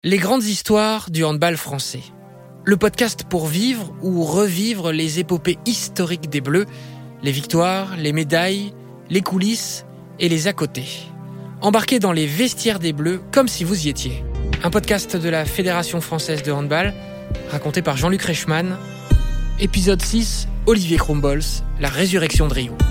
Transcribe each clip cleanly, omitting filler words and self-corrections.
Les grandes histoires du handball français. Le podcast pour vivre ou revivre les épopées historiques des Bleus, les victoires, les médailles, les coulisses et les à côté. Embarquez dans les vestiaires des Bleus comme si vous y étiez. Un podcast de la Fédération française de handball, raconté par Jean-Luc Reichmann. Épisode 6, Olivier Krumbolz, la résurrection de Rio.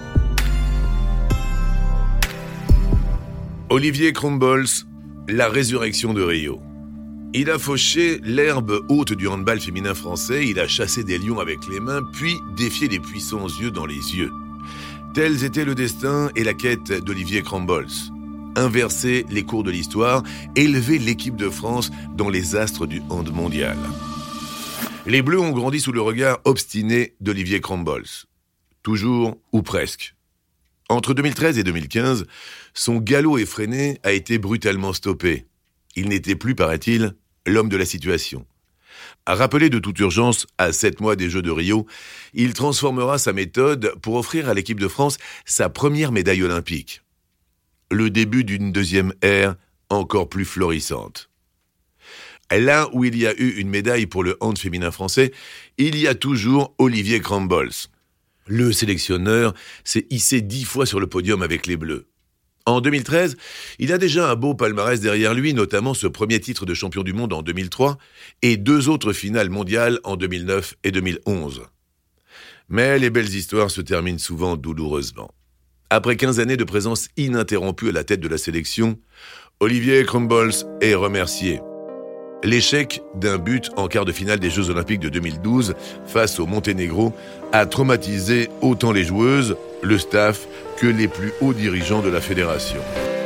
Olivier Krumbolz, la résurrection de Rio. Il a fauché l'herbe haute du handball féminin français, il a chassé des lions avec les mains, puis défié les puissants yeux dans les yeux. Tels étaient le destin et la quête d'Olivier Krumbolz. Inverser les cours de l'histoire, élever l'équipe de France dans les astres du hand mondial. Les Bleus ont grandi sous le regard obstiné d'Olivier Krumbolz. Toujours ou presque. Entre 2013 et 2015, son galop effréné a été brutalement stoppé. Il n'était plus, paraît-il, l'homme de la situation. Rappelé de toute urgence à 7 mois des Jeux de Rio, il transformera sa méthode pour offrir à l'équipe de France sa première médaille olympique. Le début d'une deuxième ère encore plus florissante. Là où il y a eu une médaille pour le hand féminin français, il y a toujours Olivier Krumbolz. Le sélectionneur s'est hissé 10 fois sur le podium avec les Bleus. En 2013, il a déjà un beau palmarès derrière lui, notamment ce premier titre de champion du monde en 2003 et 2 autres finales mondiales en 2009 et 2011. Mais les belles histoires se terminent souvent douloureusement. Après 15 années de présence ininterrompue à la tête de la sélection, Olivier Krumbolz est remercié. L'échec d'un but en quart de finale des Jeux Olympiques de 2012 face au Monténégro a traumatisé autant les joueuses, le staff, que les plus hauts dirigeants de la fédération.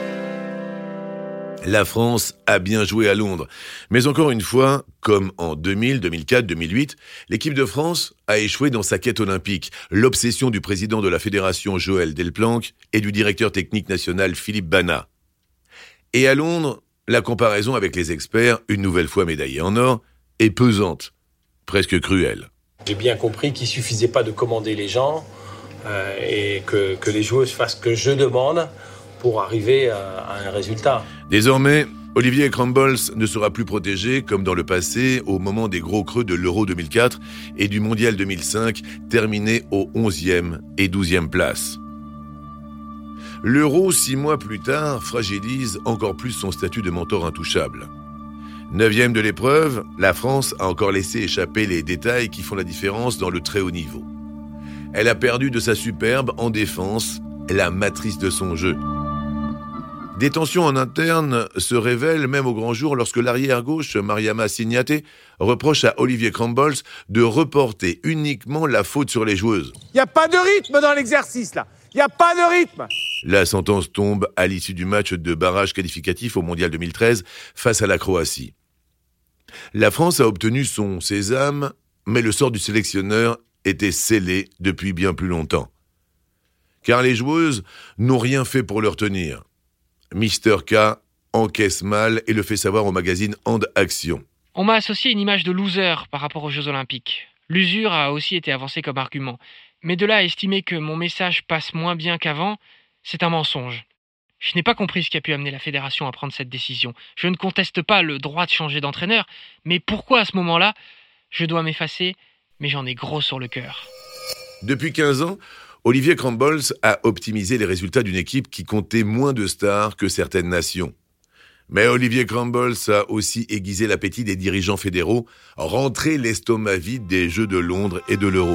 La France a bien joué à Londres, mais encore une fois, comme en 2000, 2004, 2008, l'équipe de France a échoué dans sa quête olympique, l'obsession du président de la fédération Joël Delplanque et du directeur technique national Philippe Bana. Et à Londres, la comparaison avec les experts, une nouvelle fois médaillés en or, est pesante, presque cruelle. J'ai bien compris qu'il ne suffisait pas de commander les gens et que les joueuses fassent ce que je demande pour arriver à un résultat. Désormais, Olivier Krumbolz ne sera plus protégé comme dans le passé au moment des gros creux de l'Euro 2004 et du Mondial 2005, terminé aux 11e et 12e places. L'Euro, 6 mois plus tard, fragilise encore plus son statut de mentor intouchable. 9e de l'épreuve, la France a encore laissé échapper les détails qui font la différence dans le très haut niveau. Elle a perdu de sa superbe en défense, la matrice de son jeu. Des tensions en interne se révèlent même au grand jour lorsque l'arrière-gauche, Mariama Signaté, reproche à Olivier Krumbolz de reporter uniquement la faute sur les joueuses. Il n'y a pas de rythme dans l'exercice, là. Il n'y a pas de rythme. La sentence tombe à l'issue du match de barrage qualificatif au Mondial 2013 face à la Croatie. La France a obtenu son sésame, mais le sort du sélectionneur était scellé depuis bien plus longtemps. Car les joueuses n'ont rien fait pour le retenir. Mister K encaisse mal et le fait savoir au magazine Hand Action. On m'a associé une image de loser par rapport aux Jeux Olympiques. L'usure a aussi été avancée comme argument. Mais de là à estimer que mon message passe moins bien qu'avant, c'est un mensonge. Je n'ai pas compris ce qui a pu amener la fédération à prendre cette décision. Je ne conteste pas le droit de changer d'entraîneur, mais pourquoi à ce moment-là, je dois m'effacer, mais j'en ai gros sur le cœur. Depuis 15 ans, Olivier Krumbolz a optimisé les résultats d'une équipe qui comptait moins de stars que certaines nations. Mais Olivier Krumbolz a aussi aiguisé l'appétit des dirigeants fédéraux, rentré l'estomac vide des Jeux de Londres et de l'Euro.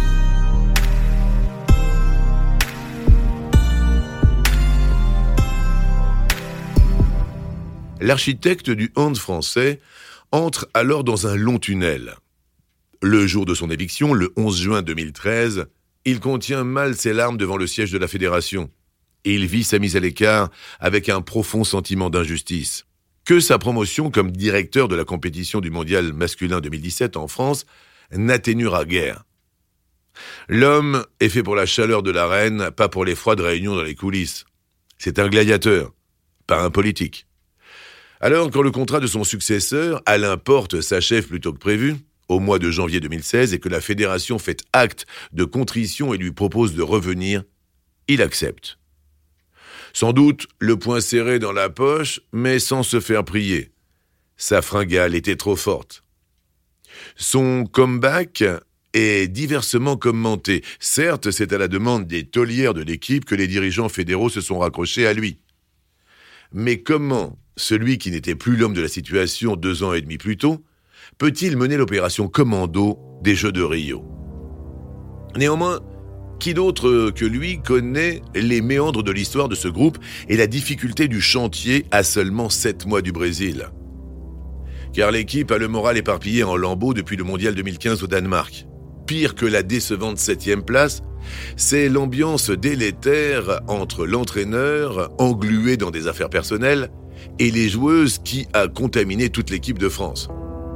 L'architecte du hand français entre alors dans un long tunnel. Le jour de son éviction, le 11 juin 2013, il contient mal ses larmes devant le siège de la fédération. Et il vit sa mise à l'écart avec un profond sentiment d'injustice. Que sa promotion comme directeur de la compétition du mondial masculin 2017 en France n'atténuera guère. L'homme est fait pour la chaleur de l'arène, pas pour les froides réunions dans les coulisses. C'est un gladiateur, pas un politique. Alors, quand le contrat de son successeur, Alain Porte, s'achève plus tôt que prévu, au mois de janvier 2016, et que la fédération fait acte de contrition et lui propose de revenir, il accepte. Sans doute le poing serré dans la poche, mais sans se faire prier. Sa fringale était trop forte. Son comeback est diversement commenté. Certes, c'est à la demande des taulières de l'équipe que les dirigeants fédéraux se sont raccrochés à lui. Mais comment celui qui n'était plus l'homme de la situation 2 ans et demi plus tôt peut-il mener l'opération commando des Jeux de Rio ? Néanmoins, qui d'autre que lui connaît les méandres de l'histoire de ce groupe et la difficulté du chantier à seulement 7 mois du Brésil ? Car l'équipe a le moral éparpillé en lambeaux depuis le Mondial 2015 au Danemark. Pire que la décevante 7e place, c'est l'ambiance délétère entre l'entraîneur, englué dans des affaires personnelles, et les joueuses qui a contaminé toute l'équipe de France.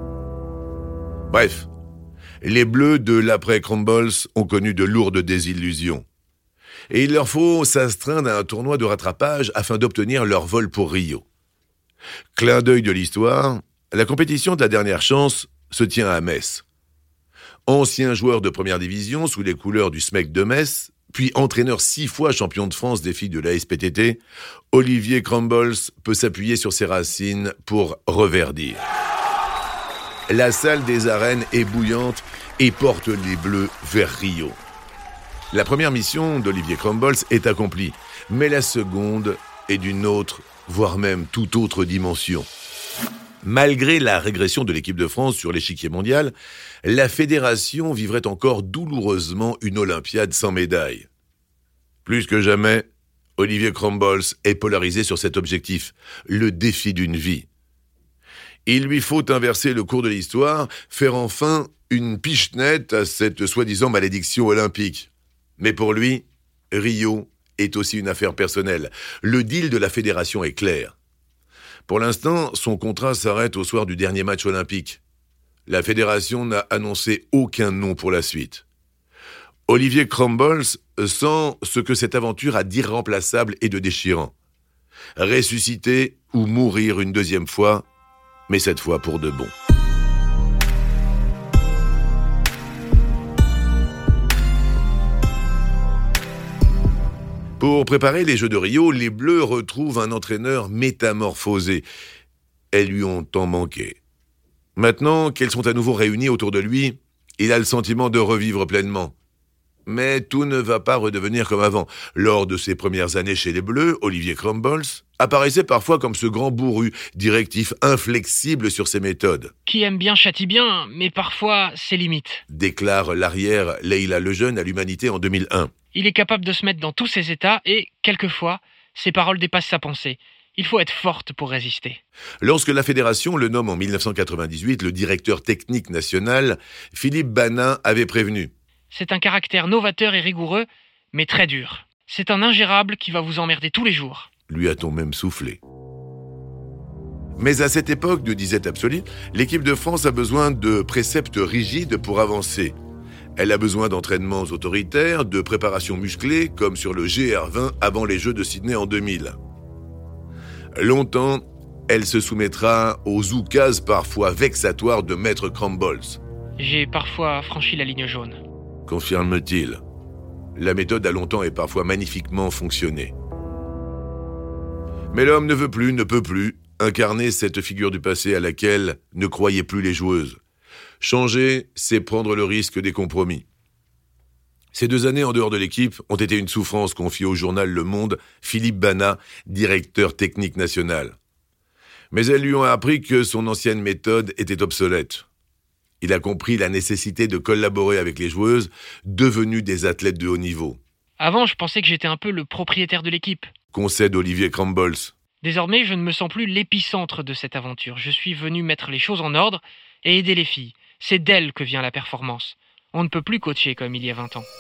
Bref, les Bleus de l'après-Crumbles ont connu de lourdes désillusions. Et il leur faut s'astreindre à un tournoi de rattrapage afin d'obtenir leur vol pour Rio. Clin d'œil de l'histoire, la compétition de la dernière chance se tient à Metz. Ancien joueur de première division sous les couleurs du SMEC de Metz, puis entraîneur 6 fois champion de France des filles de la SPTT, Olivier Crumbles peut s'appuyer sur ses racines pour reverdir. La salle des arènes est bouillante et porte les Bleus vers Rio. La première mission d'Olivier Crumbles est accomplie, mais la seconde est d'une autre, voire même toute autre dimension. Malgré la régression de l'équipe de France sur l'échiquier mondial, la fédération vivrait encore douloureusement une Olympiade sans médaille. Plus que jamais, Olivier Crumbles est polarisé sur cet objectif, le défi d'une vie. Il lui faut inverser le cours de l'histoire, faire enfin une pichenette à cette soi-disant malédiction olympique. Mais pour lui, Rio est aussi une affaire personnelle. Le deal de la fédération est clair. Pour l'instant, son contrat s'arrête au soir du dernier match olympique. La fédération n'a annoncé aucun nom pour la suite. Olivier Crumbles sent ce que cette aventure a d'irremplaçable et de déchirant. Ressusciter ou mourir une deuxième fois, mais cette fois pour de bon. Pour préparer les Jeux de Rio, les Bleus retrouvent un entraîneur métamorphosé. Elles lui ont tant manqué. Maintenant qu'elles sont à nouveau réunies autour de lui, il a le sentiment de revivre pleinement. Mais tout ne va pas redevenir comme avant. Lors de ses premières années chez les Bleus, Olivier Crumbles apparaissait parfois comme ce grand bourru, directif, inflexible sur ses méthodes. Qui aime bien châtie bien, mais parfois c'est limite. Déclare l'arrière Leïla Lejeune à l'Humanité en 2001. Il est capable de se mettre dans tous ses états et, quelquefois, ses paroles dépassent sa pensée. Il faut être forte pour résister. Lorsque la fédération le nomme en 1998 le directeur technique national, Philippe Banin avait prévenu. C'est un caractère novateur et rigoureux, mais très dur. C'est un ingérable qui va vous emmerder tous les jours. Lui a-t-on même soufflé. Mais à cette époque de disette absolue, l'équipe de France a besoin de préceptes rigides pour avancer. Elle a besoin d'entraînements autoritaires, de préparations musclées, comme sur le GR20 avant les Jeux de Sydney en 2000. Longtemps, elle se soumettra aux oukases parfois vexatoires de Maître Crumbles. J'ai parfois franchi la ligne jaune. Confirme-t-il. La méthode a longtemps et parfois magnifiquement fonctionné. Mais l'homme ne peut plus incarner cette figure du passé à laquelle ne croyaient plus les joueuses. Changer, c'est prendre le risque des compromis. Ces 2 années en dehors de l'équipe ont été une souffrance confiée au journal Le Monde, Philippe Banin, directeur technique national. Mais elles lui ont appris que son ancienne méthode était obsolète. Il a compris la nécessité de collaborer avec les joueuses, devenues des athlètes de haut niveau. Avant, je pensais que j'étais un peu le propriétaire de l'équipe. Concède Olivier Crumbles. Désormais, je ne me sens plus l'épicentre de cette aventure. Je suis venu mettre les choses en ordre et aider les filles. C'est d'elles que vient la performance. On ne peut plus coacher comme il y a 20 ans.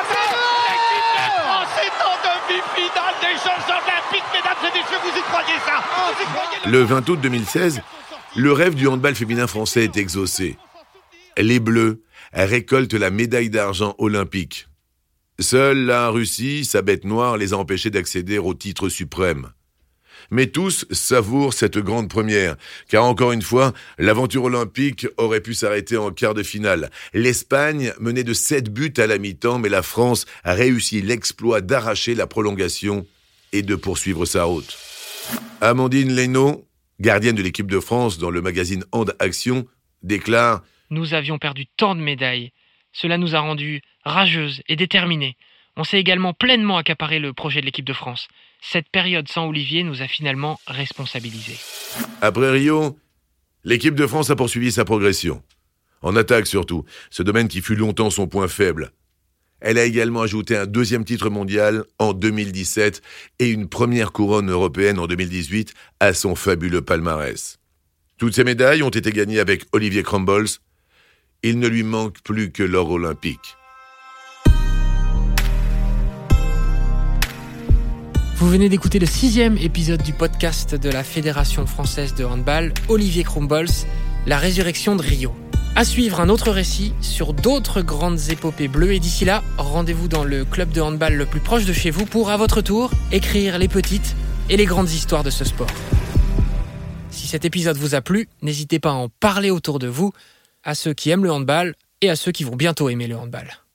Le 20 août 2016, le rêve du handball féminin français est exaucé. Les Bleus récoltent la médaille d'argent olympique. Seule la Russie, sa bête noire, les a empêchés d'accéder au titre suprême. Mais tous savourent cette grande première, car encore une fois, l'aventure olympique aurait pu s'arrêter en quart de finale. L'Espagne menait de 7 buts à la mi-temps, mais la France a réussi l'exploit d'arracher la prolongation et de poursuivre sa route. Amandine Leynaud, gardienne de l'équipe de France dans le magazine Hand Action, déclare « Nous avions perdu tant de médailles. Cela nous a rendus rageuses et déterminées. On s'est également pleinement accaparé le projet de l'équipe de France. Cette période sans Olivier nous a finalement responsabilisés. » Après Rio, l'équipe de France a poursuivi sa progression. En attaque surtout, ce domaine qui fut longtemps son point faible. Elle a également ajouté un 2e titre mondial en 2017 et une première couronne européenne en 2018 à son fabuleux palmarès. Toutes ces médailles ont été gagnées avec Olivier Crumbles. Il ne lui manque plus que l'or olympique. Vous venez d'écouter le 6e épisode du podcast de la Fédération française de handball, Olivier Crumbles, la résurrection de Rio. À suivre un autre récit sur d'autres grandes épopées bleues et d'ici là, rendez-vous dans le club de handball le plus proche de chez vous pour, à votre tour, écrire les petites et les grandes histoires de ce sport. Si cet épisode vous a plu, n'hésitez pas à en parler autour de vous, à ceux qui aiment le handball et à ceux qui vont bientôt aimer le handball.